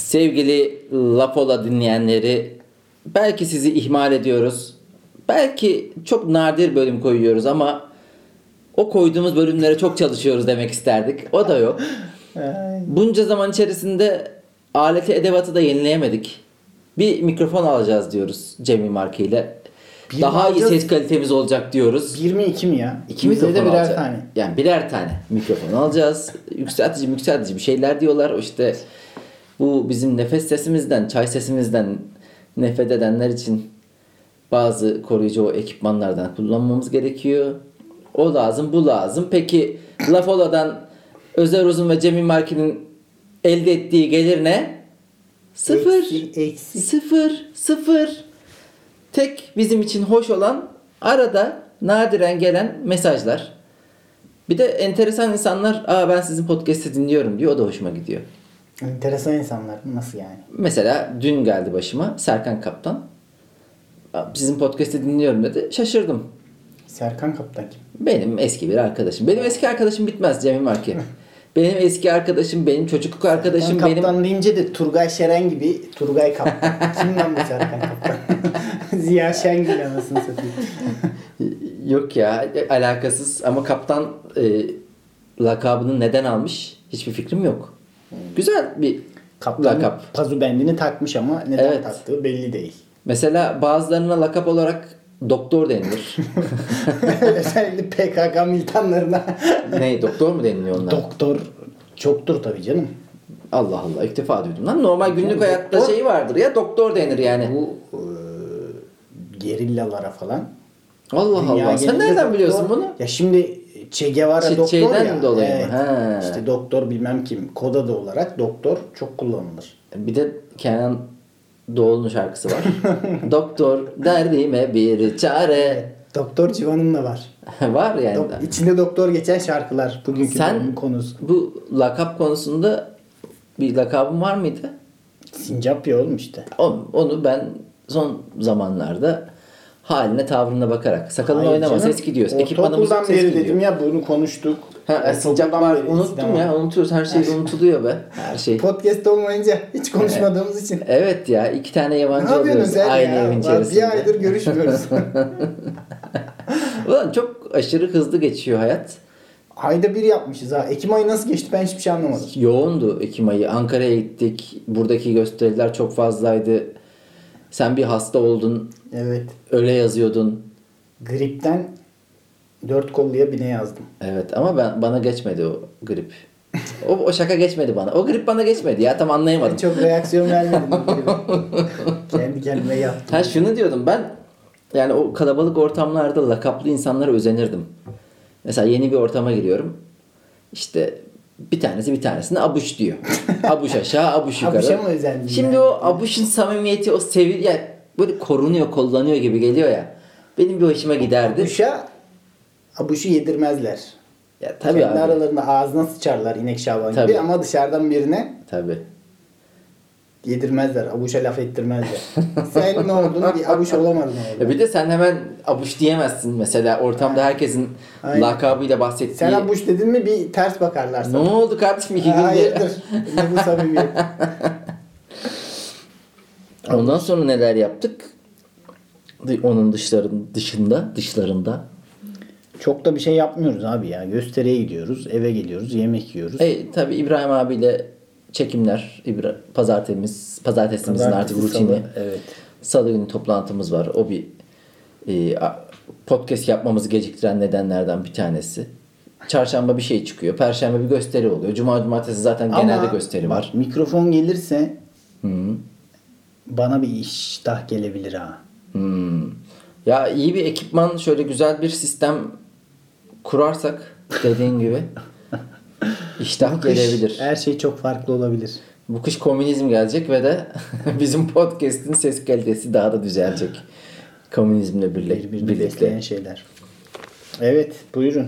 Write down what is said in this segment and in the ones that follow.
Sevgili Lapola dinleyenleri, belki sizi ihmal ediyoruz. Belki çok nadir bölüm koyuyoruz ama o koyduğumuz bölümlere çok çalışıyoruz demek isterdik. O da yok. Bunca zaman içerisinde aleti edevatı da yenileyemedik. Bir mikrofon alacağız diyoruz Cemil Marki ile. Daha iyi ses kalitemiz olacak diyoruz. 1 mi 2 mi ya? İki mikrofon birer alacağız. tane. Yani birer tane mikrofon alacağız. Yükseltici bir şeyler diyorlar. O işte bu bizim nefes sesimizden, çay sesimizden nefret edenler için bazı koruyucu o ekipmanlardan kullanmamız gerekiyor. O lazım, bu lazım. Peki Lafola'dan Özer Uzun ve Cemil Marki'nin elde ettiği gelir ne? Sıfır. Eksi. Sıfır. Tek bizim için hoş olan arada nadiren gelen mesajlar. Bir de enteresan insanlar, ben sizin podcast'i dinliyorum diyor. O da hoşuma gidiyor. Enteresan insanlar. Nasıl yani? Mesela dün geldi başıma Serkan Kaptan. Sizin podcast'i dinliyorum dedi. Şaşırdım. Serkan Kaptan kim? Benim eski bir arkadaşım. Benim eski arkadaşım bitmez Cemil Marki. Benim eski arkadaşım, benim çocukluk arkadaşım. Serkan Kaptan deyince de Turgay Şeren gibi Turgay Kaptan. Kim lan bu Serkan Kaptan? Ziya Şengül anasını satayım. Yok ya, alakasız ama kaptan lakabını neden almış hiçbir fikrim yok. Güzel bir Kaptan lakap. pazu bendini takmış ama neden Evet. taktığı belli değil. Mesela bazılarına lakap olarak doktor denilir. Özellikle PKK militanlarına. Ne, doktor mu deniliyor onlar? Doktor çoktur tabii canım. Allah Allah, ilk defa duydum lan. Normal günlük hayatta doktor, şey vardır ya, doktor denir yani. Bu gerillalara falan. Allah Dünya Allah. Sen genelinde nereden doktor. biliyorsun bunu? Ya şimdi Che Guevara doktor Şeyden ya. dolayı mı? Evet. Ha. İşte doktor bilmem kim. Kod adı olarak doktor çok kullanılır. Bir de Kenan Doğulu'nun şarkısı var. Doktor derdime bir çare. Doktor Civan'ın da var. Var yani. İçinde doktor geçen şarkılar. Bugünkü Sen bölümün konusu. bu lakap konusunda bir lakabın var mıydı? Sincap ya oğlum işte. Onu ben son zamanlarda haline tavrına bakarak sakalını Hayır oynama canım. ses gidiyor. Ekipmanımız Ortaokuldan ses beri gidiyor. dedim ya bunu konuştuk. Sincap var. Unuttum ya. Unutuyoruz. Her şey unutuyor be. Her şey. Podcast olmayınca hiç konuşmadığımız için. Evet ya. 2 tane yabancı Ne oluyoruz yapıyorsunuz sen aynı ya? evin içerisinde. Bir aydır görüşmüyoruz. Ulan çok aşırı hızlı geçiyor hayat. Ayda bir yapmışız ha. Ekim ayı nasıl geçti ben hiçbir şey anlamadım. Yoğundu Ekim ayı. Ankara'ya gittik. Buradaki gösteriler çok fazlaydı. Sen bir hasta oldun. Evet. Öyle yazıyordun. Gripten 4 kolluya bine yazdım. Evet ama bana geçmedi o grip. O şaka geçmedi bana. O grip bana geçmedi ya, tam anlayamadım. Ben çok reaksiyon vermedim. Kendi kendime yaptım. Ha, şunu diyordum ben, yani o kalabalık ortamlarda lakaplı insanlara özenirdim. Mesela yeni bir ortama giriyorum. İşte bir tanesine abuş diyor. Abuş aşağı, abuş yukarı. Abuşa mı özendin Şimdi yani? o abuşun samimiyeti, o ya böyle korunuyor, kullanıyor gibi geliyor ya. Benim bir hoşuma giderdi. Abuşu yedirmezler. Ya tabii Kendi abi. aralarında ağzına sıçarlar inek şaban Tabii. gibi ama dışarıdan birine Tabii. yedirmezler. Abuşa laf ettirmezler. Sen ne oldun? Bir abuş olamadın orada. Bir de sen hemen abuş diyemezsin mesela, ortamda herkesin Aynen. lakabıyla bahsettiği. Sen abuş dedin mi bir ters bakarlar Ne sana. oldu kardeşim 2 günde? Hayırdır? Ne bu samimiyet? Ondan sonra neler yaptık? Onun dışlarında. Çok da bir şey yapmıyoruz abi ya. Gösteriye gidiyoruz, eve geliyoruz, yemek yiyoruz. Tabii İbrahim abiyle çekimler, pazartesimizin artık rutini. Salı, evet. Salı günü toplantımız var. O bir podcast yapmamızı geciktiren nedenlerden bir tanesi. Çarşamba bir şey çıkıyor. Perşembe bir gösteri oluyor. Cumartesi zaten genelde gösteri var. Mikrofon gelirse bana bir iştah gelebilir ha. Ya iyi bir ekipman, şöyle güzel bir sistem kurarsak dediğin gibi iştah gelebilir. Her şey çok farklı olabilir. Bu kış komünizm gelecek ve de bizim podcast'in ses kalitesi daha da düzelecek. Komünizmle Birbirini besleyen şeyler. Evet, buyurun.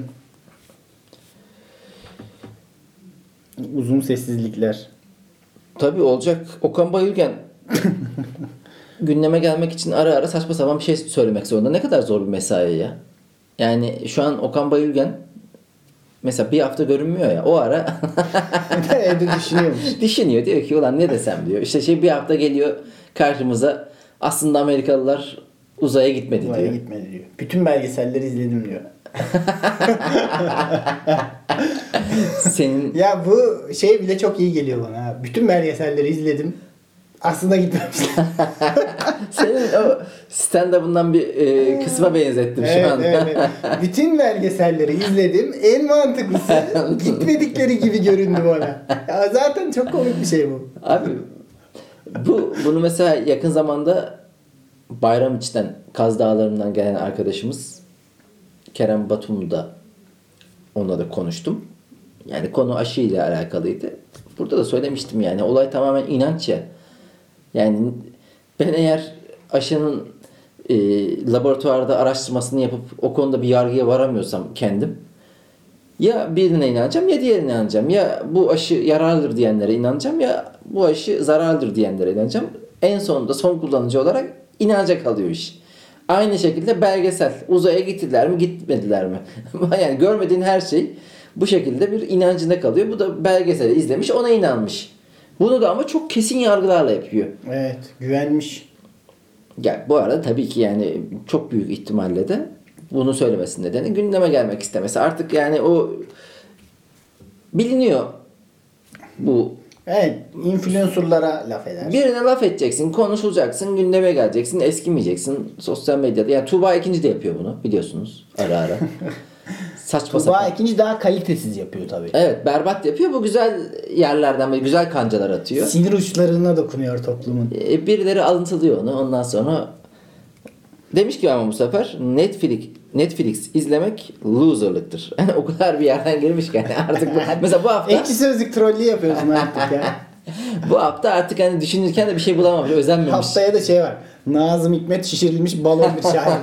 Uzun sessizlikler. Tabii olacak. Okan Bayülgen gündeme gelmek için ara ara saçma sapan bir şey söylemek zorunda. Ne kadar zor bir mesai ya. Yani şu an Okan Bayülgen mesela bir hafta görünmüyor ya, o ara Evde düşünüyormuş. düşünüyor, diyor ki ulan ne desem diyor. İşte bir hafta geliyor karşımıza, aslında Amerikalılar uzaya gitmedi Uzaya diyor. gitmedi diyor. Bütün belgeselleri izledim diyor. Senin Ya bu şey bile çok iyi geliyor bana. Ha. Bütün belgeselleri izledim. Aslında gitmemişler. senin o stand-up'ından bir kısma benzettim şu Evet, an. evet. Bütün belgeselleri izledim. En mantıklısı gitmedikleri gibi göründü bana. Ya zaten çok komik bir şey bu. Abi bunu mesela yakın zamanda Bayramiç'ten, Kaz Dağları'ndan gelen arkadaşımız Kerem Batum'da, onunla da konuştum. Yani konu aşı ile alakalıydı. Burada da söylemiştim, yani olay tamamen inanç ya. Yani ben eğer aşının laboratuvarda araştırmasını yapıp o konuda bir yargıya varamıyorsam kendim, ya birine inanacağım ya diğerine inanacağım. Ya bu aşı yararlıdır diyenlere inanacağım, ya bu aşı zararlıdır diyenlere inanacağım. En sonunda son kullanıcı olarak inanacak kalıyor iş. Aynı şekilde belgesel. Uzaya gittiler mi gitmediler mi? Yani görmediğin her şey bu şekilde bir inancında kalıyor. Bu da belgeseli izlemiş, ona inanmış. Bunu da ama çok kesin yargılarla yapıyor. Evet, güvenmiş. Ya bu arada tabii ki yani çok büyük ihtimalle de bunu söylemesinin nedeni gündeme gelmek istemesi. Artık yani o biliniyor bu. Evet, influencerlara laf eder. Birine laf edeceksin, konuşulacaksın, gündeme geleceksin, eskimeyeceksin sosyal medyada. Yani Tuğba ikinci de yapıyor bunu, biliyorsunuz, ara ara. Saçma Tuğba sapan. ikinci daha kalitesiz yapıyor tabii. Evet, berbat yapıyor. Bu güzel yerlerden böyle güzel kancalar atıyor. Sinir uçlarına dokunuyor toplumun. Birileri alıntılıyor onu. Ondan sonra demiş ki ama bu sefer Netflix izlemek loserlıktır. Yani o kadar bir yerden girmiş ki yani artık mesela bu hafta Ekşi Sözlük trollü yapıyorsun artık ya. bu hafta artık hani düşünürken de bir şey bulamamış, özenmemiş. Haftaya da şey var. Nazım Hikmet şişirilmiş balon bir şair.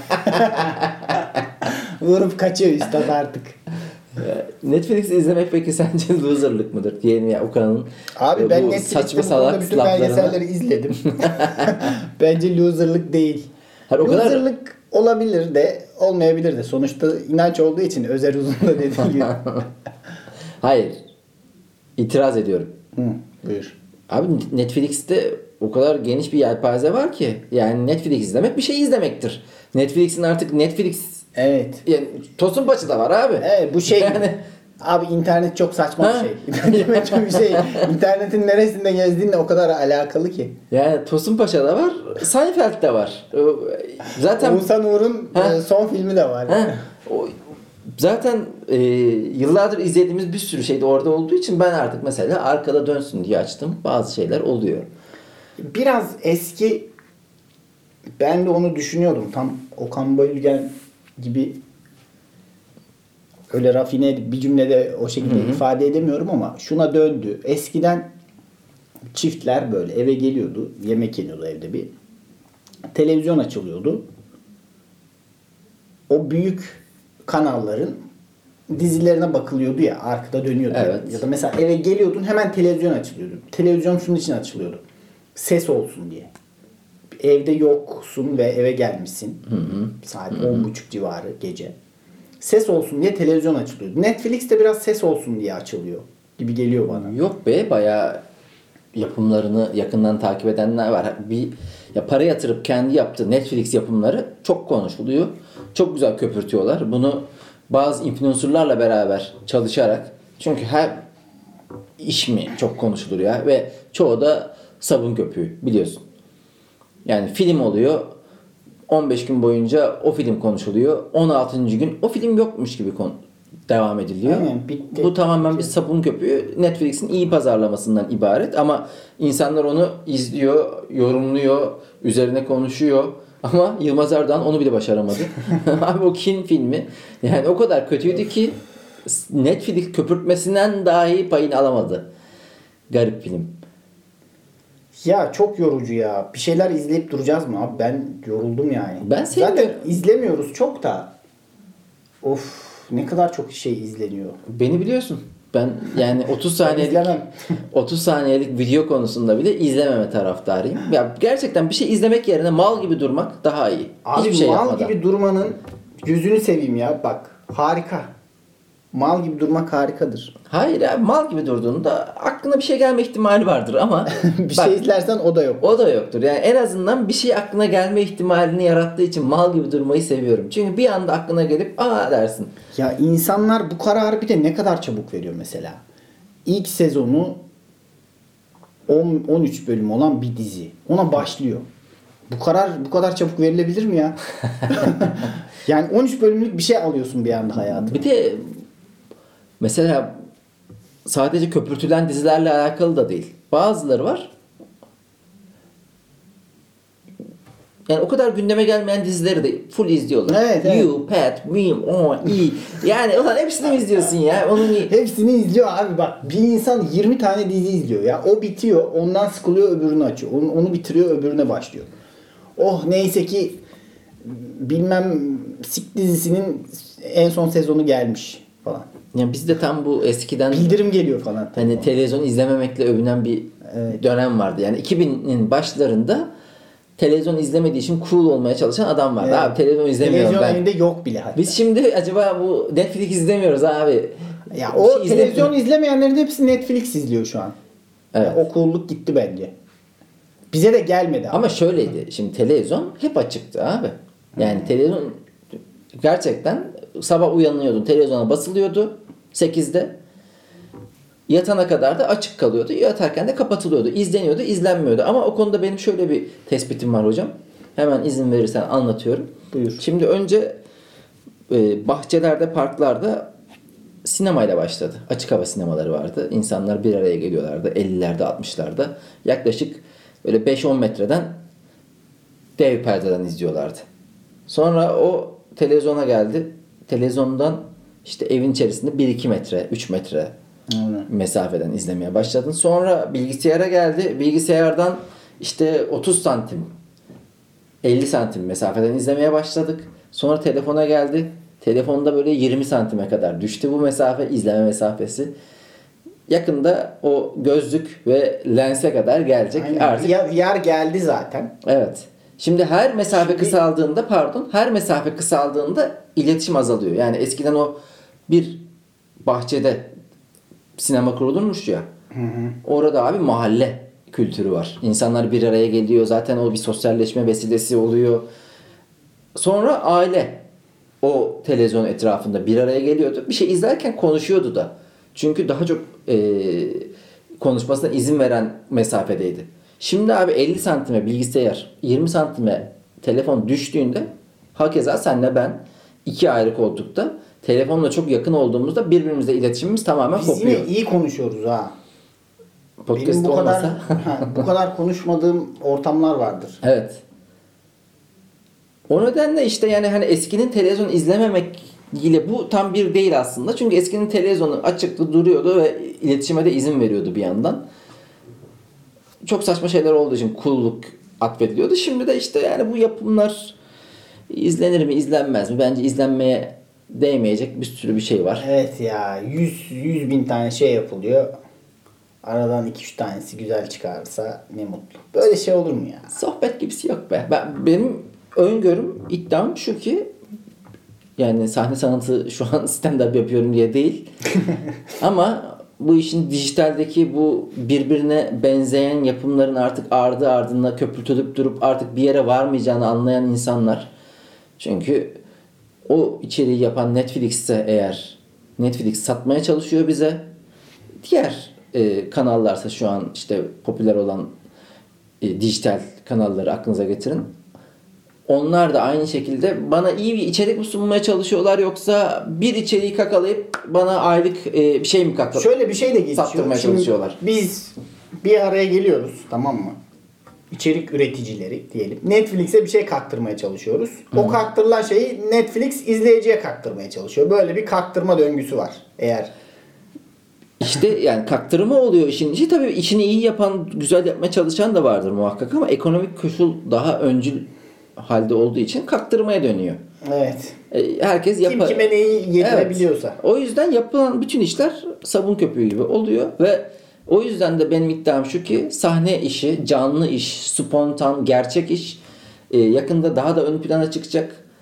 Vurup kaçıyor üstad artık. Netflix izlemek peki sence loserlık mıdır? Diyelim ya Okan'ın Abi ben bu Netflix'te saçma bu salak konuda bütün laflarına. belgeselleri izledim. Bence loserlık değil. Hayır, o kadar- Loserlık olabilir de olmayabilir de. Sonuçta inanç olduğu için özel uzun da dediği gibi. Hayır. İtiraz ediyorum. Hı, buyur. Abi Netflix'te o kadar geniş bir yelpaze var ki. Yani Netflix izlemek bir şey izlemektir. Netflix'in artık Evet. yani Tosun Paçı da var abi. Evet bu şey Yani- Abi internet çok saçma Ha? bir şey. İnternet çok bir şey. İnternetin neresinde gezdiğinle o kadar alakalı ki. Yani Tosun Paşa'da var, Seinfeld'de var. Zaten Oğuzhan Uğur'un Ha? son filmi de var. zaten yıllardır izlediğimiz bir sürü şey de orada olduğu için ben artık mesela arkada dönsün diye açtım. Bazı şeyler oluyor. Biraz eski, ben de onu düşünüyordum. Tam Okan Bayülgen gibi öyle rafine edip bir cümlede o şekilde ifade edemiyorum ama şuna döndü. Eskiden çiftler böyle eve geliyordu. Yemek yeniyordu evde bir. Televizyon açılıyordu. O büyük kanalların dizilerine bakılıyordu ya, arkada dönüyordu. Evet. Ya da mesela eve geliyordun, hemen televizyon açılıyordu. Televizyon şunun için açılıyordu. Ses olsun diye. Evde yoksun ve eve gelmişsin. Saat 10.30 civarı gece. Ses olsun diye televizyon açılıyordu. Netflix'te biraz ses olsun diye açılıyor gibi geliyor bana. Yok be, bayağı yapımlarını yakından takip edenler var. Ya para yatırıp kendi yaptığı Netflix yapımları çok konuşuluyor. Çok güzel köpürtüyorlar. Bunu bazı influencerlarla beraber çalışarak, çünkü her iş mi çok konuşulur ya, ve çoğu da sabun köpüğü biliyorsun. Yani film oluyor. 15 gün boyunca o film konuşuluyor. 16. gün o film yokmuş gibi devam ediliyor. Aynen, bitti. Bu tamamen bir sabun köpüğü. Netflix'in iyi pazarlamasından ibaret ama insanlar onu izliyor, yorumluyor, üzerine konuşuyor. Ama Yılmaz Erdoğan onu bile başaramadı. Abi o Kin filmi yani o kadar kötüydü ki Netflix köpürtmesinden dahi payını alamadı. Garip film. Ya çok yorucu ya. Bir şeyler izleyip duracağız mı abi? Ben yoruldum yani. Ben sevmiyorum. Zaten izlemiyoruz çok da. Of, ne kadar çok şey izleniyor. Beni biliyorsun. Ben yani 30 saniyelik izlemem. 30 saniyelik video konusunda bile izlememe taraftarıyım. Ya gerçekten bir şey izlemek yerine mal gibi durmak daha iyi. Abi Hiçbir şey mal yapmadan. gibi durmanın yüzünü seveyim ya. Bak harika. Mal gibi durmak harikadır. Hayır abi, mal gibi durduğunda aklına bir şey gelme ihtimali vardır ama Bir bak, şey izlersen o da yok. o da yoktur. Yani en azından bir şey aklına gelme ihtimalini yarattığı için mal gibi durmayı seviyorum. Çünkü bir anda aklına gelip aa dersin. Ya insanlar bu kararı bir de ne kadar çabuk veriyor mesela. İlk sezonu 13 bölüm olan bir dizi. Ona başlıyor. Bu karar bu kadar çabuk verilebilir mi ya? Yani 13 bölümlük bir şey alıyorsun bir anda hayatına. Bir de mesela sadece köpürtülen dizilerle alakalı da değil. Bazıları var. Yani o kadar gündeme gelmeyen dizileri de full izliyorlar. Evet. You, Pat, Mim, O, E. Yani ulan hepsini mi izliyorsun ya? Onun Hepsini izliyor abi bak. Bir insan 20 tane dizi izliyor ya. O bitiyor. Ondan sıkılıyor, öbürünü açıyor. Onu bitiriyor, öbürüne başlıyor. Oh neyse ki bilmem Sik dizisinin en son sezonu gelmiş falan. yani bizde tam bu eskiden Bildirim geliyor falan. hani televizyon izlememekle övünen bir dönem vardı. Yani 2000'in başlarında televizyon izlemediği için cool olmaya çalışan adam vardı. Evet. Abi televizyon izlemiyorum Televizyon ben. evinde yok bile hatta. Biz şimdi acaba bu Netflix izlemiyoruz abi. Ya Bir o şey televizyon izlemeyenlerin hepsi Netflix izliyor şu an. Evet. O cool'luk gitti bence. Bize de gelmedi Ama şöyleydi. Şimdi televizyon hep açıktı abi. Yani televizyon gerçekten sabah uyanıyordun. Televizyona basılıyordu 8'de. Yatana kadar da açık kalıyordu. Yatarken de kapatılıyordu. İzleniyordu, izlenmiyordu. Ama o konuda benim şöyle bir tespitim var hocam. Hemen izin verirsen anlatıyorum. Buyur. Şimdi önce bahçelerde, parklarda sinemayla başladı. Açık hava sinemaları vardı. İnsanlar bir araya geliyorlardı. 50'lerde, 60'larda. Yaklaşık böyle 5-10 metreden dev perdeden izliyorlardı. Sonra o televizyona geldi. Televizyondan işte evin içerisinde 1-2 metre, 3 metre mesafeden izlemeye başladın. Sonra bilgisayara geldi. Bilgisayardan işte 30 santim, 50 santim mesafeden izlemeye başladık. Sonra telefona geldi. Telefonda böyle 20 santime kadar düştü bu mesafe, izleme mesafesi. Yakında o gözlük ve lense kadar gelecek. Aynen. Artık VR geldi zaten. evet. Şimdi her mesafe her mesafe kısaldığında iletişim azalıyor. Yani eskiden o bir bahçede sinema kurulurmuş ya. Orada abi mahalle kültürü var. İnsanlar bir araya geliyor. Zaten o bir sosyalleşme vesilesi oluyor. Sonra aile o televizyon etrafında bir araya geliyordu. Bir şey izlerken konuşuyordu da. Çünkü daha çok konuşmasına izin veren mesafedeydi. Şimdi abi 50 santime bilgisayar, 20 santime telefon düştüğünde hakeza senle ben iki ayrı koltukta telefonla çok yakın olduğumuzda birbirimizle iletişimimiz tamamen Biz kopuyor. yine iyi konuşuyoruz ha. Podcast Benim bu kadar olmasa. bu kadar konuşmadığım ortamlar vardır. Evet. O nedenle işte yani hani eskinin televizyon izlememek ile bu tam bir değil aslında. Çünkü eskinin televizyonu açıktı, duruyordu ve iletişime de izin veriyordu bir yandan. Çok saçma şeyler olduğu için cool'luk atfediliyordu. Şimdi de işte yani bu yapımlar izlenir mi, izlenmez mi? Bence izlenmeye değmeyecek bir sürü bir şey var. Evet ya 100 bin tane şey yapılıyor. Aradan 2-3 tanesi güzel çıkarsa ne mutlu. Böyle şey olur mu ya? Sohbet gibisi yok be. Benim öngörüm, iddiam şu ki yani sahne sanatı şu an stand-up yapıyorum diye değil. Ama bu işin dijitaldeki bu birbirine benzeyen yapımların artık ardı ardına köpürtülüp durup artık bir yere varmayacağını anlayan insanlar. Çünkü o içeriği yapan Netflix'te eğer Netflix satmaya çalışıyor bize. Diğer kanallarsa şu an işte popüler olan dijital kanalları aklınıza getirin. Onlar da aynı şekilde bana iyi bir içerik mi sunmaya çalışıyorlar yoksa bir içeriği kakalayıp bana aylık bir şey mi Şöyle bir şey de geçiyor. sattırmaya Şimdi çalışıyorlar. biz bir araya geliyoruz, tamam mı? İçerik üreticileri diyelim. Netflix'e bir şey kaktırmaya çalışıyoruz. O kaktırılan şeyi Netflix izleyiciye kaktırmaya çalışıyor. Böyle bir kaktırma döngüsü var. Eğer İşte yani kaktırma oluyor işin içi. Tabii işini iyi yapan, güzel yapmaya çalışan da vardır muhakkak ama ekonomik koşul daha öncül halde olduğu için kaktırmaya dönüyor. evet. Herkes Kim kime neyi yedirebiliyorsa. Evet. O yüzden yapılan bütün işler sabun köpüğü gibi oluyor ve o yüzden de benim iddiam şu ki sahne işi, canlı iş, spontan, gerçek iş yakında daha da ön plana çıkacak.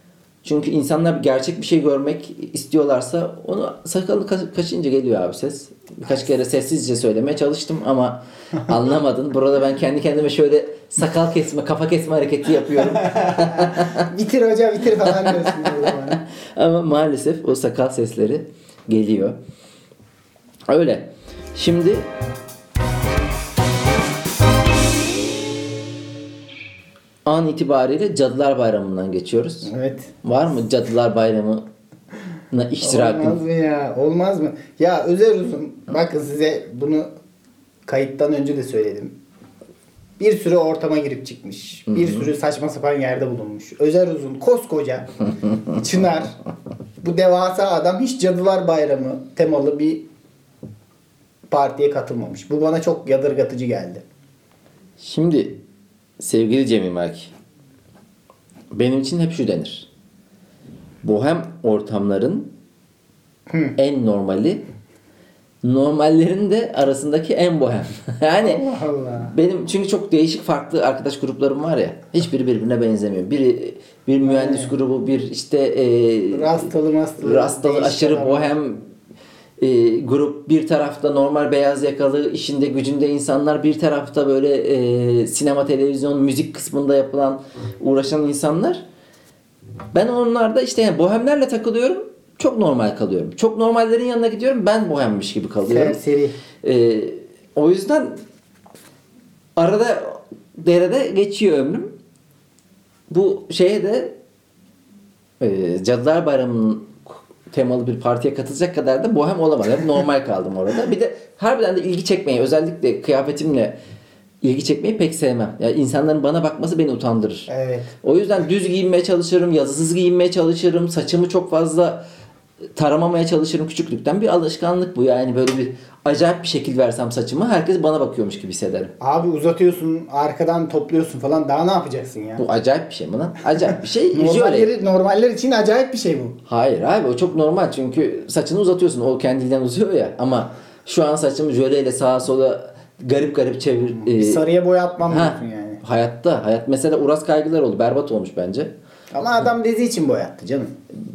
Çünkü insanlar gerçek bir şey görmek istiyorlarsa onu sakalı kaşınca geliyor abi ses. Birkaç kere sessizce söylemeye çalıştım ama anlamadın. Burada ben kendi kendime şöyle sakal kesme, kafa kesme hareketi yapıyorum. Bitir hoca bitir falan diyorsun o zaman. Ama maalesef o sakal sesleri geliyor. Öyle. Şimdi an itibariyle Cadılar Bayramı'ndan geçiyoruz. Evet. Var mı Cadılar Bayramı'na iştirakın? Olmaz mı ya? Olmaz mı? Ya Özer Uzun, bakın size bunu kayıttan önce de söyledim. Bir sürü ortama girip çıkmış. Bir sürü saçma sapan yerde bulunmuş. Özer Uzun koskoca Çınar. Bu devasa adam hiç Cadılar Bayramı temalı bir partiye katılmamış. Bu bana çok yadırgatıcı geldi. Şimdi sevgili Cemil Maki, benim için hep şu denir. Bohem ortamların en normali, normallerin de arasındaki en bohem. Yani Allah Allah. benim çünkü çok değişik farklı arkadaş gruplarım var ya. Hiçbiri birbirine benzemiyor. Biri bir mühendis grubu, bir işte rastalı aşırı adam. bohem grup, bir tarafta normal beyaz yakalı işinde gücünde insanlar, bir tarafta böyle sinema televizyon müzik kısmında uğraşan insanlar. Ben onlarda işte yani bohemlerle takılıyorum, çok normal kalıyorum. Çok normallerin yanına gidiyorum, ben bohemmiş gibi kalıyorum. Serseri. O yüzden arada derede geçiyor ömrüm. Bu şeye de Cadılar Bayramı'nın temalı bir partiye katılacak kadar da bohem olamadım. Hep normal kaldım orada. Bir de harbiden de ilgi çekmeyi, özellikle kıyafetimle ilgi çekmeyi pek sevmem. Yani insanların bana bakması beni utandırır. Evet. O yüzden düz giyinmeye çalışırım, yazısız giyinmeye çalışırım. Saçımı çok fazla taramamaya çalışırım küçüklükten. Bir alışkanlık bu yani, böyle bir acayip bir şekil versem saçımı herkes bana bakıyormuş gibi hissederim. Abi uzatıyorsun, arkadan topluyorsun falan, daha ne yapacaksın ya? Bu acayip bir şey mi lan? Acayip bir şey. Jöle. Normaller için acayip bir şey bu. Hayır abi, o çok normal çünkü saçını uzatıyorsun, o kendiliğinden uzuyor ya, ama şu an saçımı jöleyle sağa sola garip garip Sarıya boya atmam diyorsun yani. Hayat mesela Uras Kaygılar oldu, berbat olmuş bence. Ama adam dizi için boyattı canım.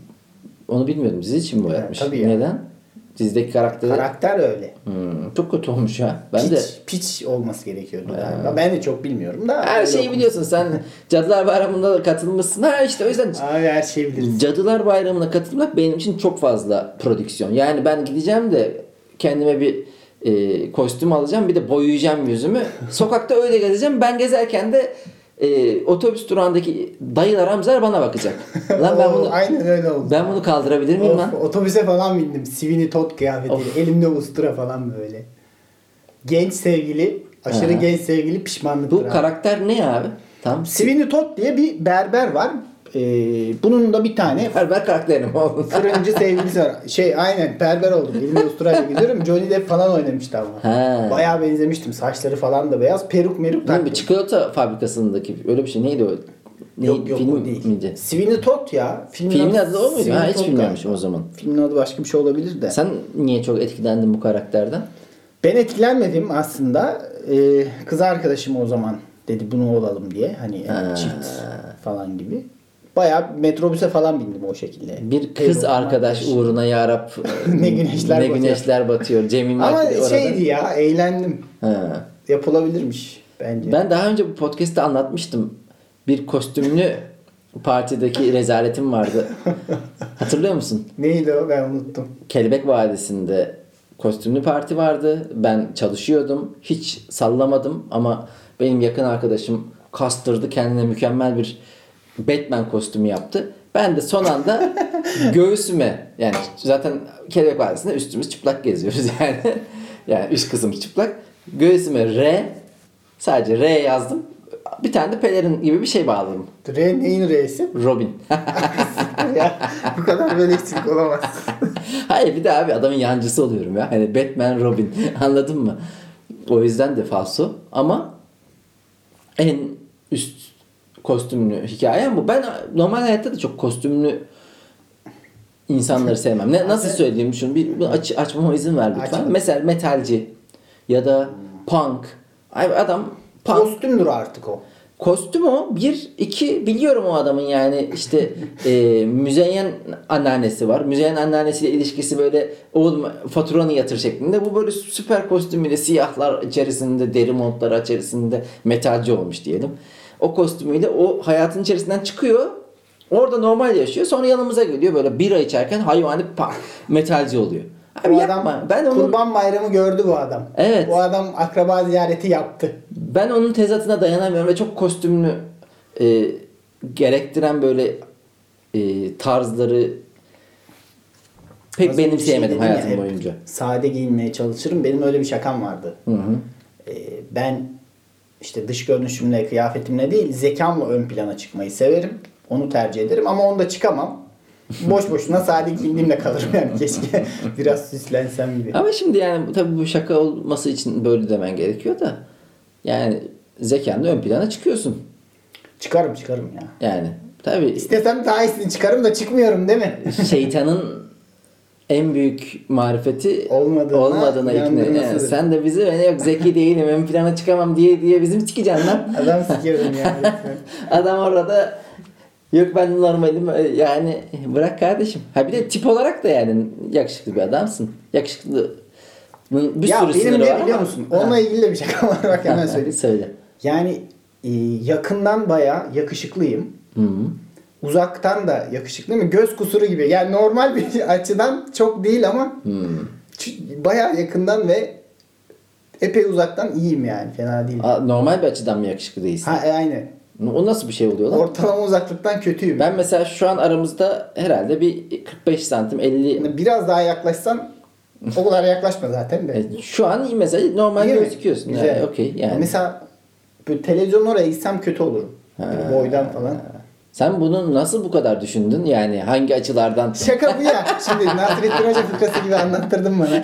Onu bilmiyordum, dizi için mi boyatmış? Tabii ya. Neden? Dizideki karakteri. Karakter öyle. Çok kötü olmuş ya. Ben de Piç olması gerekiyordu galiba. Ben de çok bilmiyorum da. her şeyi olmuş. biliyorsun sen. Cadılar Bayramı'nda da katılmışsın. Ha işte o yüzden Abi her şeyi biliriz. Cadılar Bayramı'na katılmak benim için çok fazla prodüksiyon. Yani ben gideceğim de kendime bir kostüm alacağım, bir de boyayacağım yüzümü. Sokakta öyle gezeceğim. Ben gezerken de otobüs durağındaki dayılar, amcalar bana bakacak. Lan ben bunu Aynen öyle oldu. ben bunu kaldırabilir miyim lan? Otobüse falan bindim. Sweeney Todd kıyafetiyle. Elimde ustura falan böyle. Genç sevgili, aşırı genç sevgili pişmanlıktır. Bu abi. karakter ne abi? Tam Sweeney Todd diye bir berber var. Bunun da bir tane berber karakterim oldu. fırıncı sevgilisi var. Aynen berber oldum. Elimde usturayla gidiyorum. Johnny Depp falan oynamıştı ama. He. Bayağı benzemiştim. Saçları falan da beyaz. Peruk Değil mi? taktım. Çikolata fabrikasındaki öyle bir şey neydi o? Yok film o değil. miydi? Sweeney Todd ya. Filmin adı o muydu? Sweeney Ha, hiç Todd bilmiyormuşum galiba. o zaman. Filmin adı başka bir şey olabilir de. Sen niye çok etkilendin bu karakterden? Ben etkilenmedim aslında. Kız arkadaşım o zaman dedi bunu olalım diye. Hani çift falan gibi. Bayağı metrobüse falan bindim o şekilde. Bir kız arkadaş uğruna yarab Ne güneşler batıyor. güneşler batıyor. Cemil Ama Maki de orada. şeydi ya, eğlendim. Ha. Yapılabilirmiş bence. Ben daha önce bu podcast'te anlatmıştım. Bir kostümlü partideki rezaletim vardı. Hatırlıyor musun? Neydi o, ben unuttum. Kelebek Vadisi'nde kostümlü parti vardı. Ben çalışıyordum. Hiç sallamadım ama benim yakın arkadaşım kastırdı. Kendine mükemmel bir Batman kostümü yaptı. Ben de son anda göğsüme, yani zaten Kelebek Vadisi'nde üstümüz çıplak geziyoruz yani. Yani üst kısım çıplak. Göğsüme sadece R yazdım. Bir tane de pelerin gibi bir şey bağladım. Neyin R'si? Robin. Ya bu kadar böyle eksik olamaz. Hayır, bir de abi adamın yancısı oluyorum ya. Hani Batman, Robin. Anladın mı? O yüzden de falso. Ama en üst kostümlü hikayem bu. Ben normal hayatta da çok kostümlü insanları sevmem. Nasıl söyleyeyim şunu? Bir açmama izin ver lütfen. Açalım. Mesela metalci ya da punk. Adam punk. Kostümdür artık o. Kostüm o. Bir, iki biliyorum o adamın yani işte Müzeyyen anneannesi var. Müzeyyen anneannesiyle ilişkisi böyle oğlum faturanı yatır şeklinde. Bu böyle süper kostümüyle siyahlar içerisinde, deri montlar içerisinde metalci olmuş diyelim. O kostümüyle o hayatın içerisinden çıkıyor. Orada normal yaşıyor. Sonra yanımıza geliyor böyle bira içerken hayvani metalci oluyor. Abi Bu yapma. adam Ben onun Kurban Bayramı gördü bu adam. Evet. Bu adam akraba ziyareti yaptı. Ben onun tezatına dayanamıyorum ve çok kostümlü gerektiren böyle tarzları pek Az önce benimseyemedim şey dedin ya, hayatım hep boyunca. Sade giyinmeye çalışırım. Benim öyle bir şakam vardı. Hı hı. Ben işte dış görünüşümle, kıyafetimle değil, zekamla ön plana çıkmayı severim. Onu tercih ederim ama onda çıkamam. Boş boşuna sade giyindiğimle kalırım yani. Keşke biraz süslensem gibi. Ama şimdi yani tabii bu şaka olması için böyle demen gerekiyor da yani zekanla ön plana çıkıyorsun. Çıkarım ya. Yani tabii İstesem daha iyisini çıkarım da çıkmıyorum değil mi? şeytanın en büyük marifeti Olmadığına ikna. Yani inandırmasıdır. sen de bizi ben yok zeki değilim ön plana çıkamam diye bizim sikeceksin lan. Adam sikiyorum yani. Adam orada yok ben normalim yani bırak kardeşim. Ha bir de tip olarak da yani yakışıklı bir adamsın. Yakışıklının bir Ya sürü benim sınırı ne var biliyor ama. musun? Onunla ilgili de bir şaka var. Bak hemen söyleyeyim. Söyle. Yani yakından bayağı yakışıklıyım. Hı-hı. Uzaktan da yakışıklıyım. Göz kusuru gibi. Yani normal bir açıdan çok değil ama bayağı yakından ve epey uzaktan iyiyim yani. Fena değil. Normal bir açıdan mı yakışıklı değilsin? Ha aynı. O nasıl bir şey oluyor lan? Ortalama uzaklıktan kötüyüm. Ben mesela şu an aramızda herhalde bir 45 santim 50 biraz daha yaklaşsan o kadar yaklaşma zaten de. şu an iyi mesela normal İyi mi? gözüküyorsun. Güzel. Yani, okey yani. Mesela böyle televizyonun oraya gitsem kötü olurum. Böyle boydan falan. Sen bunu nasıl bu kadar düşündün? Yani hangi açılardan? Şaka bu ya. Şimdi Nasrettin Hoca fıkrası gibi anlattırdın bana.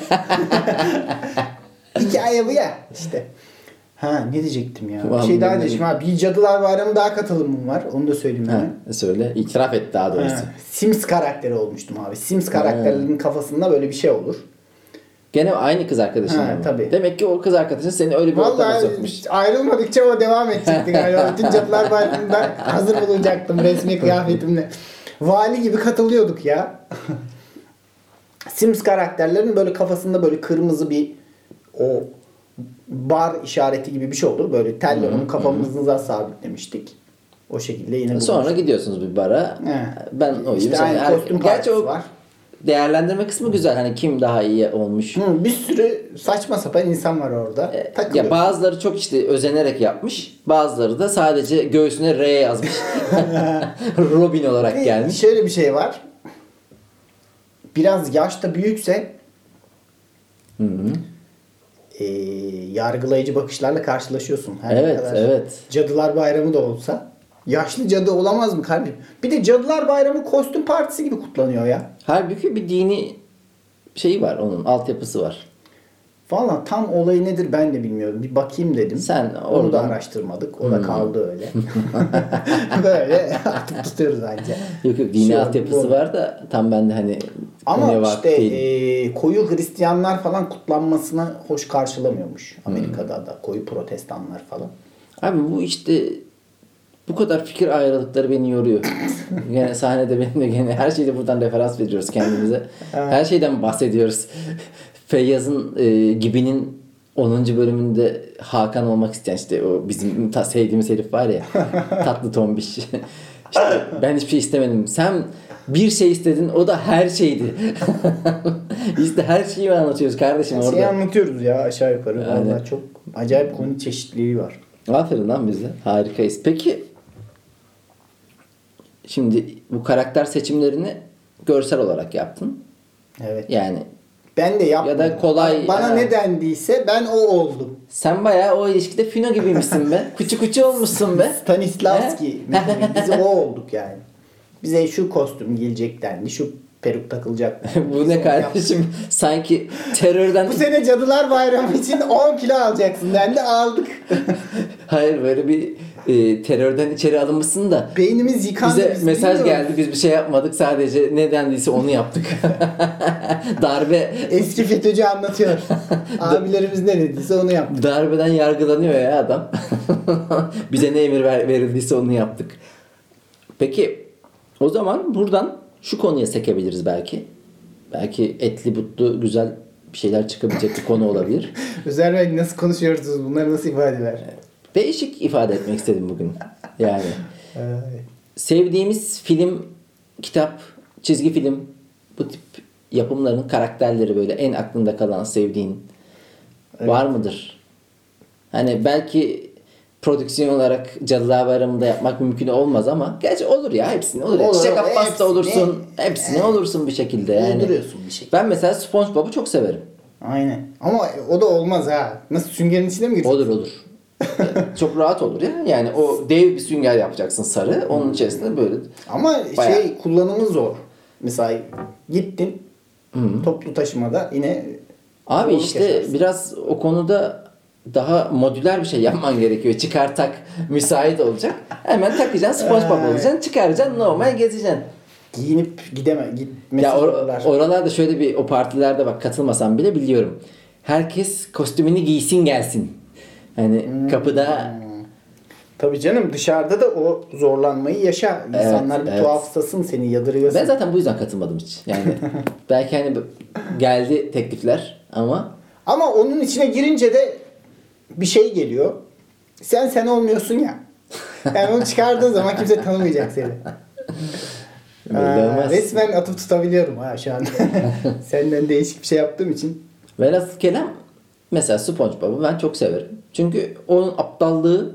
Hikaye bu ya. İşte. Ha ne diyecektim ya? Bir şey daha diyecektim. Ha, bir Cadılar Bayramı daha katılımım var. Onu da söyleyeyim hemen. Söyle. İtiraf et daha doğrusu. Sims karakteri olmuştum abi. Sims karakterlerinin kafasında böyle bir şey olur. Gene aynı kız arkadaşın mı? Tabii. Demek ki o kız arkadaşın seni öyle bir ortama sokmuş. Vallahi ayrılmadıkça o devam edecekti galiba. Bütün Cadılar Bayramı'nda hazır bulunacaktım resmi kıyafetimle. Vali gibi katılıyorduk ya. Sims karakterlerinin böyle kafasında böyle kırmızı bir o bar işareti gibi bir şey olur. Böyle telle onu kafamıza sabitlemiştik. O şekilde yine Sonra gidiyorsunuz bir bara. Ben oyum. İşte aynı kostüm Gerçi o var. değerlendirme kısmı güzel. Hani kim daha iyi olmuş. Bir sürü saçma sapan insan var orada. Takılıyor. Ya bazıları çok işte özenerek yapmış. Bazıları da sadece göğsüne R yazmış. Robin olarak gelmiş. Şöyle bir şey var. Biraz yaşta büyükse yargılayıcı bakışlarla karşılaşıyorsun. Her Evet, ne kadar evet. Cadılar Bayramı da olsa. Yaşlı cadı olamaz mı kardeşim? Bir de Cadılar Bayramı kostüm partisi gibi kutlanıyor ya. Halbuki bir dini şeyi var onun. Altyapısı var. Valla tam olayı nedir ben de bilmiyorum. Bir bakayım dedim. Sen Onu da oradan- araştırmadık. O da kaldı öyle. Böyle atıp tutuyoruz anca. Yok dini Şey, altyapısı bu. var da tam ben de hani Ama ne vakit işte değilim. koyu Hristiyanlar falan kutlanmasını hoş karşılamıyormuş. Amerika'da da koyu protestanlar falan. Abi bu işte bu kadar fikir ayrılıkları beni yoruyor. Gene sahnede benimle gene her şeyde buradan referans veriyoruz kendimize. Her şeyden bahsediyoruz. Feyyaz'ın Gibi'nin 10. bölümünde Hakan olmak isteyen işte o bizim sevdiğimiz herif var ya. Tatlı tombiş. İşte ben hiçbir şey istemedim. Sen bir şey istedin o da her şeydi. İşte her şeyi anlatıyoruz kardeşim Her orada. şeyi anlatıyoruz ya aşağı yukarı. Yani. Vallahi çok acayip konu çeşitliliği var. Aferin lan bize. Harikayız. Peki şimdi bu karakter seçimlerini görsel olarak yaptın. Evet. Yani Ben de yapmadım. Ya da kolay- Bana Ha. ne dendiyse ben o oldum. sen bayağı o ilişkide fino gibiymişsin be. Kuçu kuçu olmuşsun be. Stanislavski. Biz o olduk yani. Bize şu kostüm gelecek dendi. Şu peruk takılacak. Bu ne kardeşim? Sanki terörden... Bu sene Cadılar Bayramı için 10 kilo alacaksın dendi, aldık. Hayır, böyle bir terörden içeri alınmışsın da Beynimiz yıkandı. bize biz mesaj bilmiyoruz. geldi, biz bir şey yapmadık, sadece ne dendiyse onu yaptık. Darbe, Eski FETÖ'cü anlatıyor. Abilerimiz ne dediyse onu yaptık. darbeden yargılanıyor ya adam. Bize ne emir verildiyse onu yaptık. Peki o zaman buradan şu konuya sekebiliriz belki. Belki etli butlu güzel bir şeyler çıkabilecek bir konu olabilir. Özer Bey, nasıl konuşuyorsunuz? Bunları nasıl ifadeler? Değişik ifade etmek istedim bugün. Yani sevdiğimiz film, kitap, çizgi film, bu tip yapımların karakterleri, böyle en aklında kalan, sevdiğin var mıdır? Hani belki prodüksiyon olarak Cadılar Bayramı'nda yapmak mümkün olmaz ama gerçi olur ya, hepsini olur. Olur, Çiçek Abbas'ta hepsini- olursun. Hepsini olursun bir şekilde yani. Uyduruyorsun bir şey. Ben mesela SpongeBob'u çok severim. Aynen. Ama o da olmaz ha. Nasıl, süngerin içine mi gireceksin? Olur. Çok rahat olur ya. Yani o dev bir sünger yapacaksın, sarı. Onun içerisinde böyle. Ama Bayağı. kullanımı zor. Mesela gittin toplu taşımada yine Abi zorluk işte yaşarsın. biraz o konuda daha modüler bir şey yapman gerekiyor. Çıkar tak müsait olacak. Hemen takacaksın, SpongeBob olacaksın, çıkaracaksın, normal gezeceksin. Giyinip gitmesi Ya zorlar. oralarda şöyle bir, o partilerde bak, katılmasam bile biliyorum. Herkes kostümünü giysin gelsin. Hani kapıda Tabii canım, dışarıda da o zorlanmayı yaşa. İnsanlar bir evet. tuhafsasın, seni yadırıyorsun. ben zaten bu yüzden katılmadım hiç. Yani belki hani geldi teklifler ama Ama onun içine girince de bir şey geliyor. Sen olmuyorsun ya. Yani onu çıkardığın zaman kimse tanımayacak seni. belli olmaz. Resmen atıp tutabiliyorum ha şu an. Senden değişik bir şey yaptığım için. Velhasıl kelam, mesela SpongeBob'u ben çok severim. Çünkü onun aptallığı,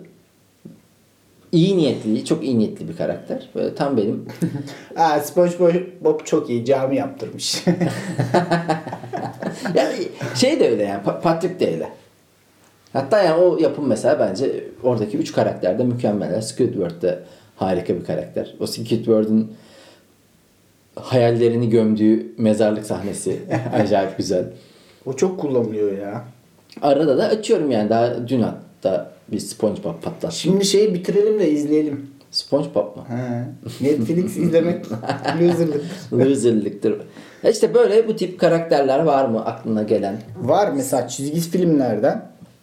iyi niyetliliği, çok iyi niyetli bir karakter. Böyle tam benim. SpongeBob çok iyi, cami yaptırmış. Yani şey de öyle yani, Patrick de öyle. Hatta yani o yapım mesela bence oradaki 3 karakter de mükemmeller. Squidward da harika bir karakter. O Squidward'ın hayallerini gömdüğü mezarlık sahnesi acayip güzel. O çok kullanılıyor ya. Arada da açıyorum yani, daha dün hatta bir SpongeBob patlattım. Şimdi şeyi bitirelim de izleyelim. SpongeBob mu? Ha. Netflix izlemek loserlık. Loserlıktır. İşte böyle bu tip karakterler var mı aklına gelen? Var mesela çizgi filmlerden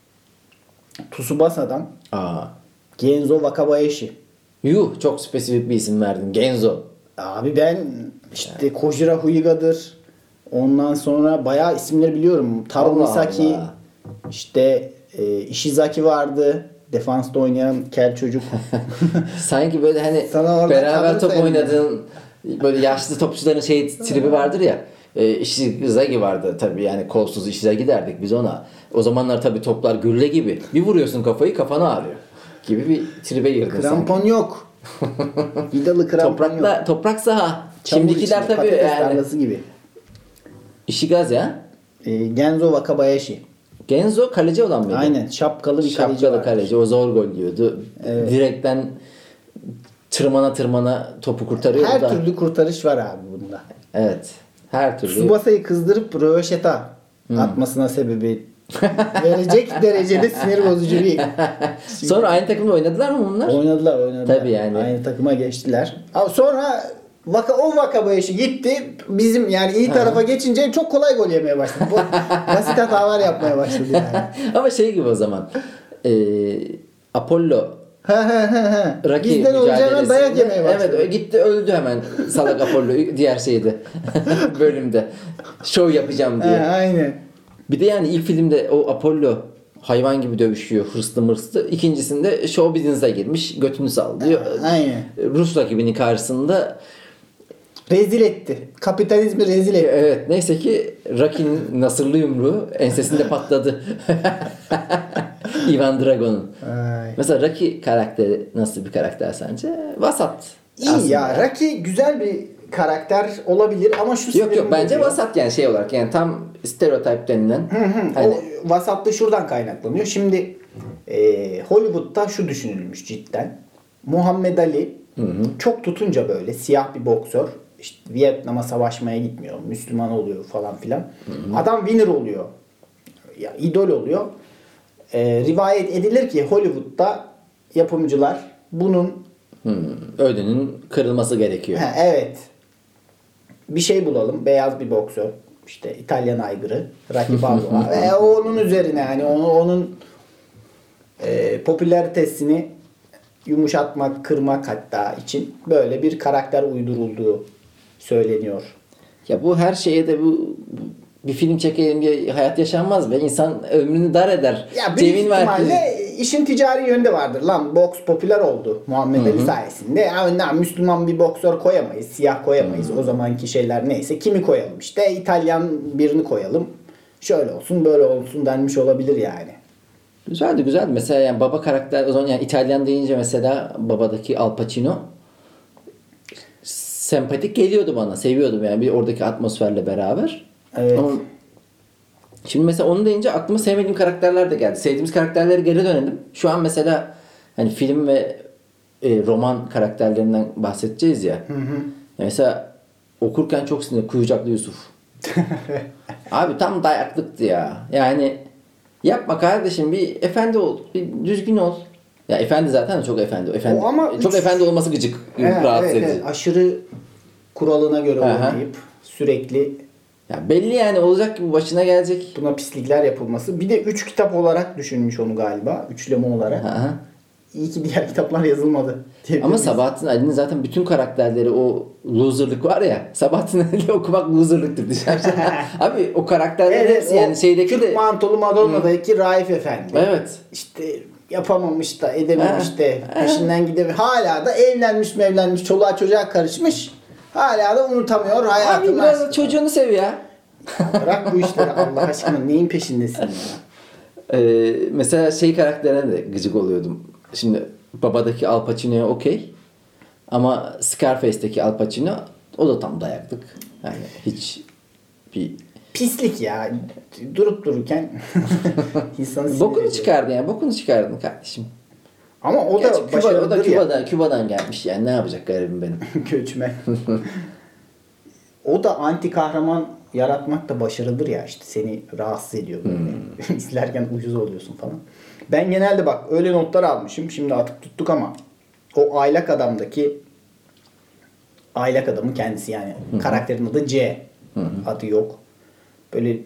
Tsubasa'dan Aa. Genzo Wakabayashi. Yuh, çok spesifik bir isim verdin. Genzo. Abi ben işte Kojira Huyiga'dır. Ondan sonra bayağı isimleri biliyorum. Taro Allah Misaki. Allah. İşte Ishizaki vardı. Defansta oynayan kel çocuk. Sanki böyle hani Sana orada beraber kadro top sayılır. oynadığın böyle yaşlı topçuların tribi vardır ya. Ishizaki vardı tabii, yani kolsuz Ishizaki derdik biz ona. O zamanlar tabii toplar gülle gibi. Bir vuruyorsun kafayı, kafana ağrıyor gibi bir tribe girdin sanki. Krampon yok. Vidalı krampon yok. Toprak saha. Çamur Şimdikiler içinde, tabii patates yani. tarlası gibi. Ishigaz ya. Genzo Wakabayashi. Genzo kaleci olan mıydı? Aynen. Şapkalı bir kaleci Şapkalı var. kaleci. O zor gol diyordu. Evet. Direkten tırmana topu kurtarıyordu Her da. türlü kurtarış var abi bunda. Evet. Her türlü. Tsubasa'yı kızdırıp röveşata atmasına sebebi verecek derecede sinir bozucu bir Sonra aynı takımda oynadılar mı bunlar? oynadılar. Tabii yani. Aynı takıma geçtiler. Ama sonra o Wakabayashi gitti. Bizim yani iyi tarafa geçince çok kolay gol yemeye başladı. Basit hatalar yapmaya başladı yani. Ama şey gibi o zaman. Apollo Rocky Bizden olacağına mücadelesinde- dayak yemeye başladı. Evet, gitti öldü hemen salak Apollo diğer şeyde bölümde. Şov yapacağım diye. Aynen. Bir de yani ilk filmde o Apollo hayvan gibi dövüşüyor, hırslı mırslı. İkincisinde show business'a girmiş, götünü sallıyor. Aynen. Rus rakibinin karşısında Rezil etti. Kapitalizmi rezil etti. evet, neyse ki Rocky'nin nasırlı yumruğu ensesinde patladı. Ivan Drago'nun. Ay. Mesela Rocky karakteri nasıl bir karakter sence? Vasat. İyi aslında. ya. Rocky güzel bir karakter olabilir ama şu Yok sinirim bence bozuyor. vasat yani, şey olarak yani tam stereotip denilen. Hani, O vasatlığı şuradan kaynaklanıyor. Şimdi Hollywood'da şu düşünülmüş cidden. Muhammed Ali çok tutunca böyle siyah bir boksör. İşte Vietnam'a savaşmaya gitmiyor. Müslüman oluyor falan filan. Adam winner oluyor. Ya, idol oluyor. Rivayet edilir ki Hollywood'da yapımcılar bunun Ödünün kırılması gerekiyor. evet, bir şey bulalım. Beyaz bir boksör. İşte İtalyan aygırı. Rocky Balboa. Ve onun üzerine yani onun popülaritesini yumuşatmak, kırmak hatta için böyle bir karakter uydurulduğu söyleniyor. Ya bu her şeye de bir film çekelim diye hayat yaşanmaz be. İnsan ömrünü dar eder. Ya büyük Cebin var. ihtimalle işin ticari yönü de vardır. Lan boks popüler oldu Muhammed Ali sayesinde. Ya, Müslüman bir boksör koyamayız. Siyah koyamayız. O zamanki şeyler neyse. Kimi koyalım işte? İtalyan birini koyalım. Şöyle olsun böyle olsun denmiş olabilir yani. Güzeldi güzeldi. Mesela yani baba karakter o zaman yani İtalyan deyince mesela babadaki Al Pacino sempatik geliyordu bana. Seviyordum yani bir oradaki atmosferle beraber. Evet. Ama şimdi mesela onu deyince aklıma sevmediğim karakterler de geldi. Sevdiğimiz karakterlere geri dönelim. Şu an mesela hani film ve roman karakterlerinden bahsedeceğiz ya. Mesela okurken çok sinirli. Kuyucaklı Yusuf. Abi tam dayaklıktı ya. Yani yapma kardeşim, bir efendi ol. Bir düzgün ol. Ya efendi zaten çok efendi. Efendi O ama çok efendi olması gıcık. Rahatsız edici. Evet. Aşırı kuralına göre Aha. oynayıp sürekli Ya belli yani olacak ki bu başına gelecek. buna pislikler yapılması. Bir de 3 kitap olarak düşünmüş onu galiba. Üçleme olarak. Aha. İyi ki diğer kitaplar yazılmadı. Ama Sabahattin Ali'nin zaten bütün karakterleri o loserlık var ya. Sabahattin Ali okumak loserlıktır dışarıda. Abi o karakterler hepsi yani şeydeki Türk de. Mantolu Madonna'daki Raif Efendi. Evet. İşte yapamamış da edememiş de peşinden gidememiş. Hala da evlenmiş çoluğa çocuğa karışmış. Hala da unutamıyor Abi hayatını. biraz da çocuğunu sev ya. Bırak bu işleri Allah aşkına, neyin peşindesin ya? Mesela şey karakterine de gıcık oluyordum. Şimdi babadaki Al Pacino'ya okey. Ama Scarface'deki Al Pacino o da tam dayaklık. Yani hiç bir Pislik ya. Durup dururken insanı sinir bokunu ediyor. çıkardı yani. Bokunu çıkardın kardeşim. Ama o da Gerçi o da başarılıdır ya. Küba'dan gelmiş yani. Ne yapacak garibim benim. Göçmen. O da anti kahraman yaratmak da başarılıdır ya, işte seni rahatsız ediyor böyle. İzlerken ucuz oluyorsun falan. Ben genelde bak öyle notlar almışım. Şimdi atıp tuttuk ama o Aylak Adam'daki Aylak Adam'ın kendisi yani karakterin adı C. Adı yok. Böyle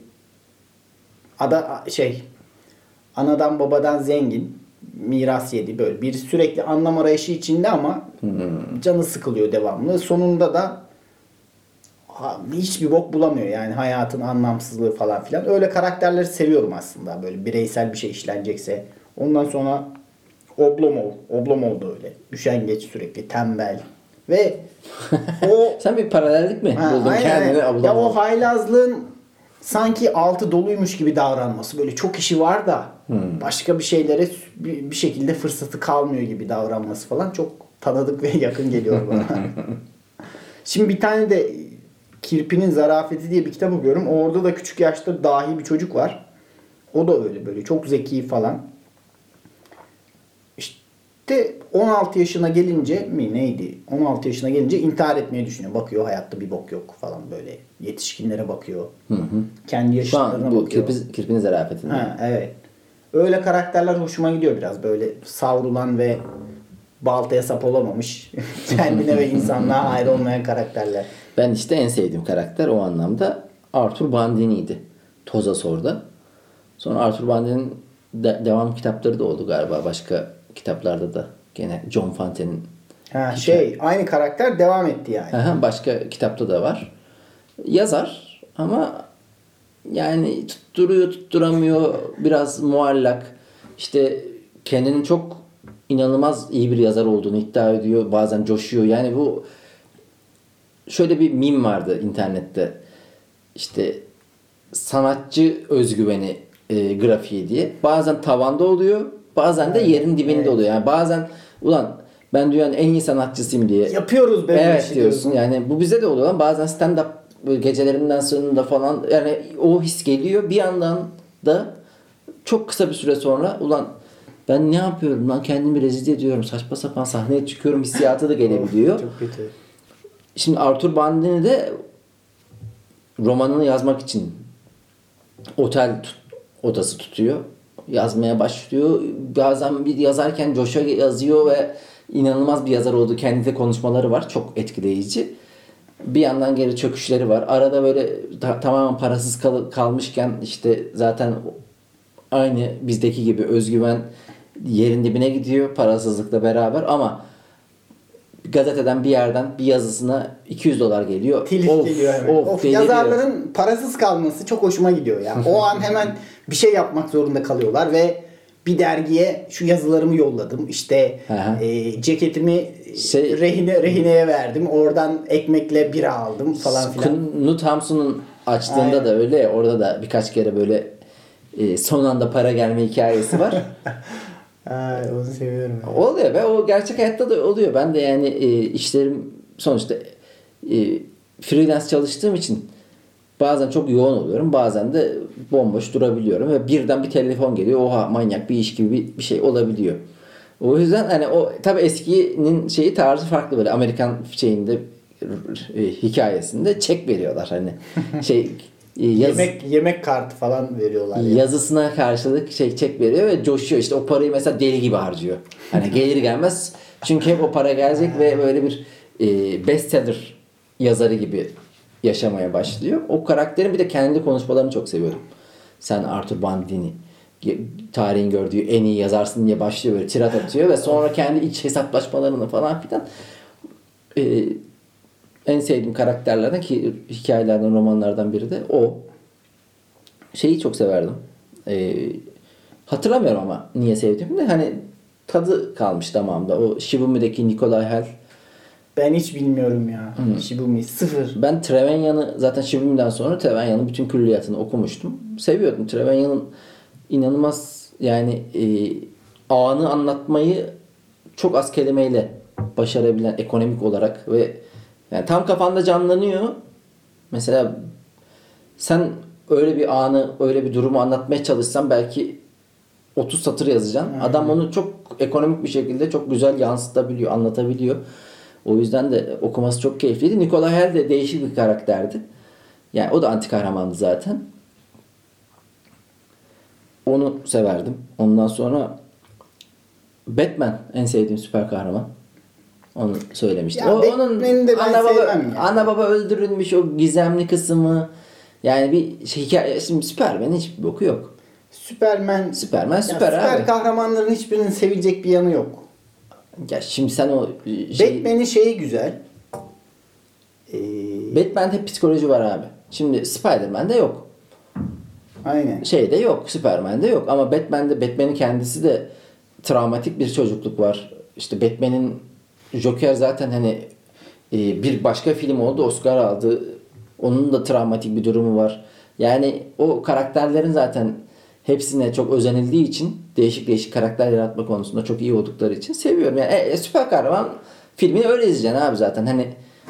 anadan babadan zengin, miras yedi, böyle bir sürekli anlam arayışı içinde ama canı sıkılıyor devamlı. Sonunda da hiçbir bok bulamıyor yani, hayatın anlamsızlığı falan filan. Öyle karakterleri seviyorum aslında, böyle bireysel bir şey işlenecekse. Ondan sonra Oblomov da öyle. Üşengeç, sürekli tembel ve o Sen bir paralellik mi buldun aynen. kendine? Ya o haylazlığın sanki altı doluymuş gibi davranması. Böyle çok işi var da başka bir şeylere bir şekilde fırsatı kalmıyor gibi davranması falan çok tanıdık ve yakın geliyor bana. Şimdi bir tane de Kirpi'nin Zarafeti diye bir kitap okuyorum. Orada da küçük yaşta dahi bir çocuk var. O da öyle böyle çok zeki falan. İşte 16 yaşına gelince mi neydi? 16 yaşına gelince intihar etmeyi düşünüyor. Bakıyor hayatta bir bok yok falan böyle. Yetişkinlere bakıyor. Kendi Şu yaşlarına an bu bakıyor. Kirpi'nin zarafetinde. Ha, evet. Öyle karakterler hoşuma gidiyor biraz. Böyle savrulan ve baltaya sap olamamış. Kendine ve insanlığa ayrı olmayan karakterler. Ben işte en sevdiğim karakter o anlamda Arthur Bandini'ydi. Tozasor'da. Sonra Arthur Bandini'nin devam kitapları da oldu galiba. Başka kitaplarda da gene John Fante'nin Aynı karakter devam etti yani. başka kitapta da var. Yazar ama yani tutturuyor tutturamıyor, biraz muallak. İşte kendinin çok inanılmaz iyi bir yazar olduğunu iddia ediyor. Bazen coşuyor. Yani bu şöyle bir meme vardı internette. İşte sanatçı özgüveni grafiği diye. Bazen tavanda oluyor. Bazen de yerin dibinde oluyor. Yani bazen ulan ben dünyanın en iyi sanatçısıyım diye. Yapıyoruz be. Evet diyorsun. Yani bu bize de oluyor. Bazen stand-up gecelerinden sonunda falan yani o his geliyor. Bir yandan da çok kısa bir süre sonra ulan ben ne yapıyorum lan, kendimi rezil ediyorum. Saçma sapan sahneye çıkıyorum hissiyatı da gelebiliyor. Çok kötü. Şimdi Arthur Bandini de romanını yazmak için otel odası tutuyor. Yazmaya başlıyor. Bazen bir yazarken coşa yazıyor ve inanılmaz bir yazar olduğu kendine konuşmaları var. Çok etkileyici. Bir yandan geri çöküşleri var. Arada böyle tamamen parasız kalmışken işte zaten aynı bizdeki gibi özgüven yerin dibine gidiyor parasızlıkla beraber ama gazeteden bir yerden bir yazısına $200 geliyor. Telif geliyor hemen. Of, yazarların parasız kalması çok hoşuma gidiyor ya. O an hemen bir şey yapmak zorunda kalıyorlar ve bir dergiye şu yazılarımı yolladım. İşte ceketimi rehineye verdim. Oradan ekmekle bira aldım falan filan. Knut Hamsun'un açtığında da öyle. Orada da birkaç kere böyle son anda para gelme hikayesi var. Onu seviyorum. Yani. Oluyor ve o gerçek hayatta da oluyor. Ben de yani işlerim sonuçta freelance çalıştığım için bazen çok yoğun oluyorum. Bazen de bomboş durabiliyorum ve birden bir telefon geliyor. Oha manyak bir iş gibi bir şey olabiliyor. O yüzden hani o tabii eskinin şeyi tarzı farklı böyle Amerikan şeyinde hikayesinde çek veriyorlar hani şey yemek kartı falan veriyorlar. Yazısına karşılık çek veriyor ve coşuyor. İşte o parayı mesela deli gibi harcıyor. Hani gelir gelmez çünkü hep o para gelecek ve böyle bir bestseller yazarı gibi yaşamaya başlıyor. O karakterin bir de kendi konuşmalarını çok seviyorum. Sen Arthur Bandini tarihin gördüğü en iyi yazarsın diye başlıyor böyle tirat atıyor ve sonra kendi iç hesaplaşmalarını falan filan en sevdiğim karakterlerden ki hikayelerden, romanlardan biri de o. Şeyi çok severdim. Hatırlamıyorum ama niye sevdiğimi de hani tadı kalmış damağımda. O Shibumi'deki Nikolai Hell. Ben hiç bilmiyorum ya. Shibumi sıfır. Ben Trevenyan'ı zaten Shibumi'den sonra Trevenyan'ın bütün külliyatını okumuştum. Seviyordum. Trevenyan'ın inanılmaz yani ağını anlatmayı çok az kelimeyle başarabilen ekonomik olarak ve yani tam kafanda canlanıyor. Mesela sen öyle bir anı, öyle bir durumu anlatmaya çalışsan belki 30 satır yazacaksın. Adam onu çok ekonomik bir şekilde çok güzel yansıtabiliyor, anlatabiliyor. O yüzden de okuması çok keyifliydi. Nikolai Hell de değişik bir karakterdi. Yani o da anti kahramandı zaten. Onu severdim. Ondan sonra Batman en sevdiğim süper kahraman. Onu söylemiştim. Ya onun de ben ana baba öldürülmüş o gizemli kısmı. Yani bir hikaye. Şimdi Superman'in hiçbir boku yok. Superman süper abi. Kahramanların hiçbirinin sevilecek bir yanı yok. Ya şimdi sen o Batman'in şeyi güzel. Batman'de hep psikoloji var abi. Şimdi Spider-Man'de yok. Aynen. Şeyde yok. Superman'de yok. Ama Batman'in kendisi de travmatik bir çocukluk var. İşte Batman'in Joker zaten hani bir başka film oldu. Oscar aldı. Onun da travmatik bir durumu var. Yani o karakterlerin zaten hepsine çok özenildiği için değişik değişik karakter yaratma konusunda çok iyi oldukları için seviyorum. Yani süper kahraman filmini öyle izleyeceksin abi zaten. Hani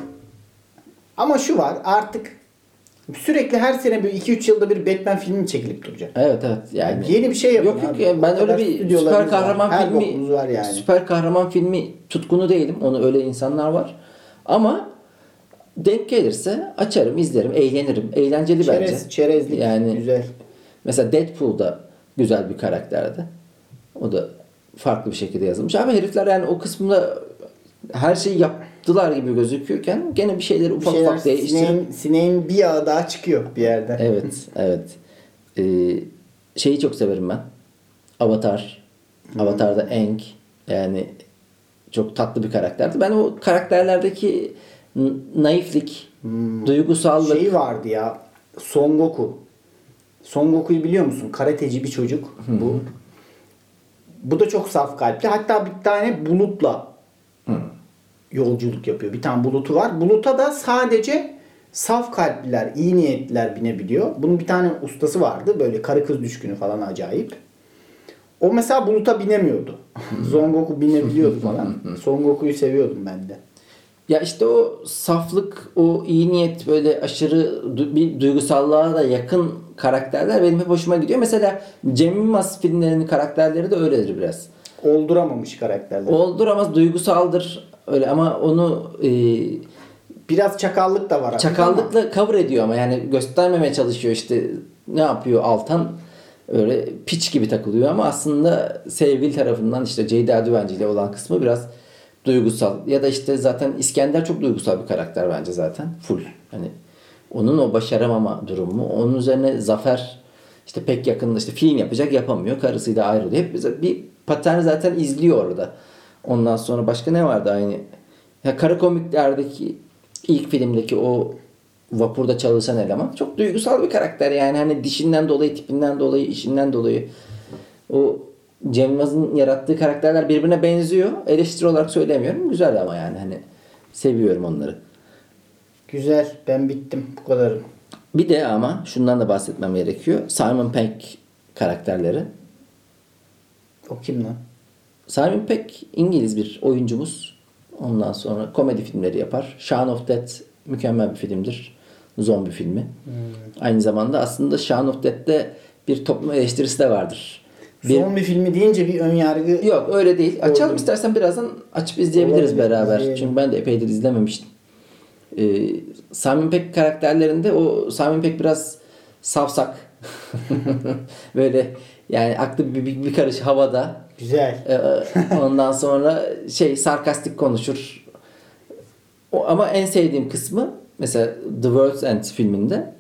ama şu var artık sürekli her sene bir 2-3 yılda bir Batman filmi çekilip duracak. Evet yani yeni bir şey yapın. Yok ben öyle bir süper kahraman filmi yani. Süper kahraman filmi tutkunu değilim. Onu öyle insanlar var. Ama denk gelirse açarım, izlerim, eğlenirim. Eğlenceli bence. Çerezlik yani, güzel. Mesela Deadpool'da güzel bir karakterdi. O da farklı bir şekilde yazılmış. Ama herifler yani o kısmında her şeyi yaptılar gibi gözükürken gene bir şeyleri ufak değiştirip sineğin bir yağı daha çıkıyor bir yerden. Evet. Şeyi çok severim ben. Avatar. Avatar'da Aang yani çok tatlı bir karakterdi. Ben o karakterlerdeki naiflik, duygusallık. Şey vardı ya. Son Goku. Son Goku'yu biliyor musun? Karateci bir çocuk bu. Bu da çok saf kalpli. Hatta bir tane bulutla yolculuk yapıyor. Bir tane bulutu var. Buluta da sadece saf kalpliler, iyi niyetliler binebiliyor. Bunun bir tane ustası vardı. Böyle karı kız düşkünü falan acayip. O mesela buluta binemiyordu. Son Goku binebiliyordu falan. Son Goku'yu seviyordum ben de. Ya işte o saflık, o iyi niyet böyle aşırı bir duygusallığa da yakın karakterler benim hep hoşuma gidiyor. Mesela Cem Yılmaz filmlerinin karakterleri de öyledir biraz. Olduramamış karakterler. Olduramaz, duygusaldır öyle ama onu Biraz çakallık da var. Çakallıkla cover ediyor ama yani göstermemeye çalışıyor işte. Ne yapıyor Altan? Öyle piç gibi takılıyor ama aslında sevgili tarafından işte Ceyda Düvenci ile olan kısmı biraz duygusal. Ya da işte zaten İskender çok duygusal bir karakter bence zaten. Full. Hani onun o başaramama durumu. Onun üzerine Zafer işte pek yakında işte film yapacak, yapamıyor. Karısıyla ayrılıyor. Hep bir patern zaten izliyor orada. Ondan sonra başka ne vardı aynı? Ya kara komiklerdeki ilk filmdeki o vapurda çalışan eleman çok duygusal bir karakter yani hani dişinden dolayı, tipinden dolayı, işinden dolayı. O Cem Yılmaz'ın yarattığı karakterler birbirine benziyor. Eleştiri olarak söylemiyorum. Güzel ama yani hani seviyorum onları. Güzel. Ben bittim. Bu kadarım. Bir de ama şundan da bahsetmem gerekiyor. Simon Pegg karakterleri. O kim lan? Simon Pegg İngiliz bir oyuncumuz. Ondan sonra komedi filmleri yapar. Shaun of Dead mükemmel bir filmdir. Zombi filmi. Aynı zamanda aslında Shaun of Dead'de bir toplum eleştirisi de vardır. Zombi filmi deyince bir ön yargı... Yok öyle değil. Açalım Oldu. istersen birazdan açıp izleyebiliriz Olabilir, beraber. izleyelim. Çünkü ben de epeydir izlememiştim. Simon Pegg karakterlerinde o Simon Pegg biraz savsak. Böyle yani aklı bir karış havada. Güzel. Ondan sonra sarkastik konuşur. Ama en sevdiğim kısmı mesela The World's End filminde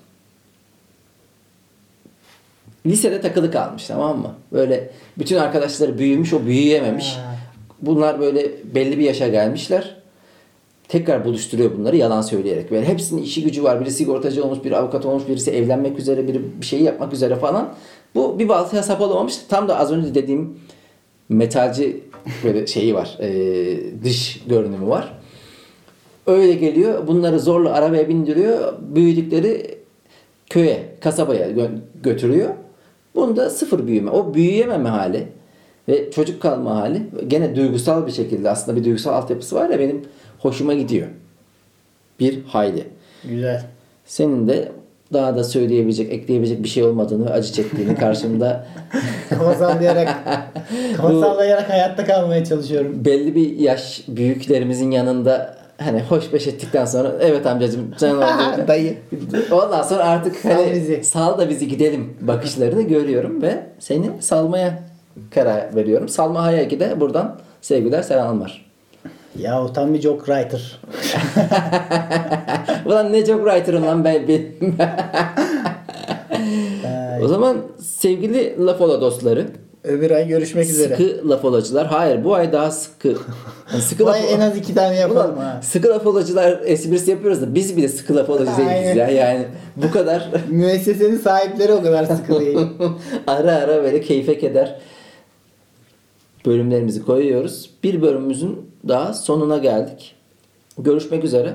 lisede takılı kalmış, tamam mı? Böyle bütün arkadaşları büyümüş, o büyüyememiş. Bunlar böyle belli bir yaşa gelmişler. Tekrar buluşturuyor bunları yalan söyleyerek. Böyle hepsinin işi gücü var. Biri sigortacı olmuş, biri avukat olmuş, birisi evlenmek üzere, biri bir şey yapmak üzere falan. Bu bir baltaya sap olamamış. Tam da az önce dediğim metalci böyle şeyi var. Dış görünümü var. Öyle geliyor. Bunları zorla arabaya bindiriyor. Büyüdükleri köye, kasabaya götürüyor. Bunda sıfır büyüme. O büyüyememe hali ve çocuk kalma hali gene duygusal bir şekilde, aslında bir duygusal altyapısı var ya, benim hoşuma gidiyor. Bir hayli. Güzel. Senin de daha da söyleyebilecek, ekleyebilecek bir şey olmadığını ve acı çektiğini karşımda Kafa sallayarak hayatta kalmaya çalışıyorum. belli bir yaş büyüklerimizin yanında hani hoş beş ettikten sonra evet amcacığım sen oldun. Dayı. Ondan sonra artık Sal bizi. sal da bizi gidelim bakışlarını görüyorum ve seni salmaya karar veriyorum. Salma Hayek'e de buradan sevgiler, selamlar. Ya o tam bir joke writer. Ulan ne çok writer'ım lan ben. O zaman sevgili Lafola dostları. Öbür ay görüşmek üzere. Sıkı lafolacılar. Hayır, bu ay daha sıkı. Yani sıkı Bu ay en az 2 tane yapalım ha. Sıkı lafolacılar esprisi yapıyoruz da biz bile sıkı lafolacı değiliz Aynen. ya. Yani bu kadar Müessesenin sahipleri o kadar sıkı değil. ara ara böyle keyfe keder bölümlerimizi koyuyoruz. Bir bölümümüzün daha sonuna geldik. Görüşmek üzere.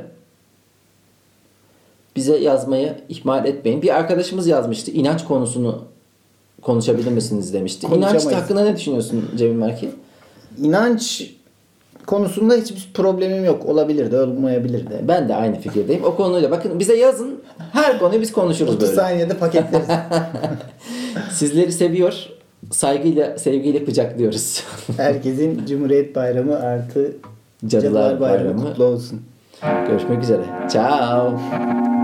Bize yazmayı ihmal etmeyin. Bir arkadaşımız yazmıştı. İnanç konusunu konuşabilir misiniz demişti. İnanç Konuşamayız. hakkında ne düşünüyorsun Cemil Merki? İnanç konusunda hiçbir problemim yok. Olabilir de olmayabilir de. Ben de aynı fikirdeyim. O konuyla bakın bize yazın. Her konuyu biz konuşuruz 30 böyle. saniyede paketleriz. Sizleri seviyor. Saygıyla, sevgiyle kucaklıyoruz. Herkesin Cumhuriyet Bayramı artı Cadılar Cadılar Bayramı Bayramı kutlu olsun. Görüşmek üzere. Ciao.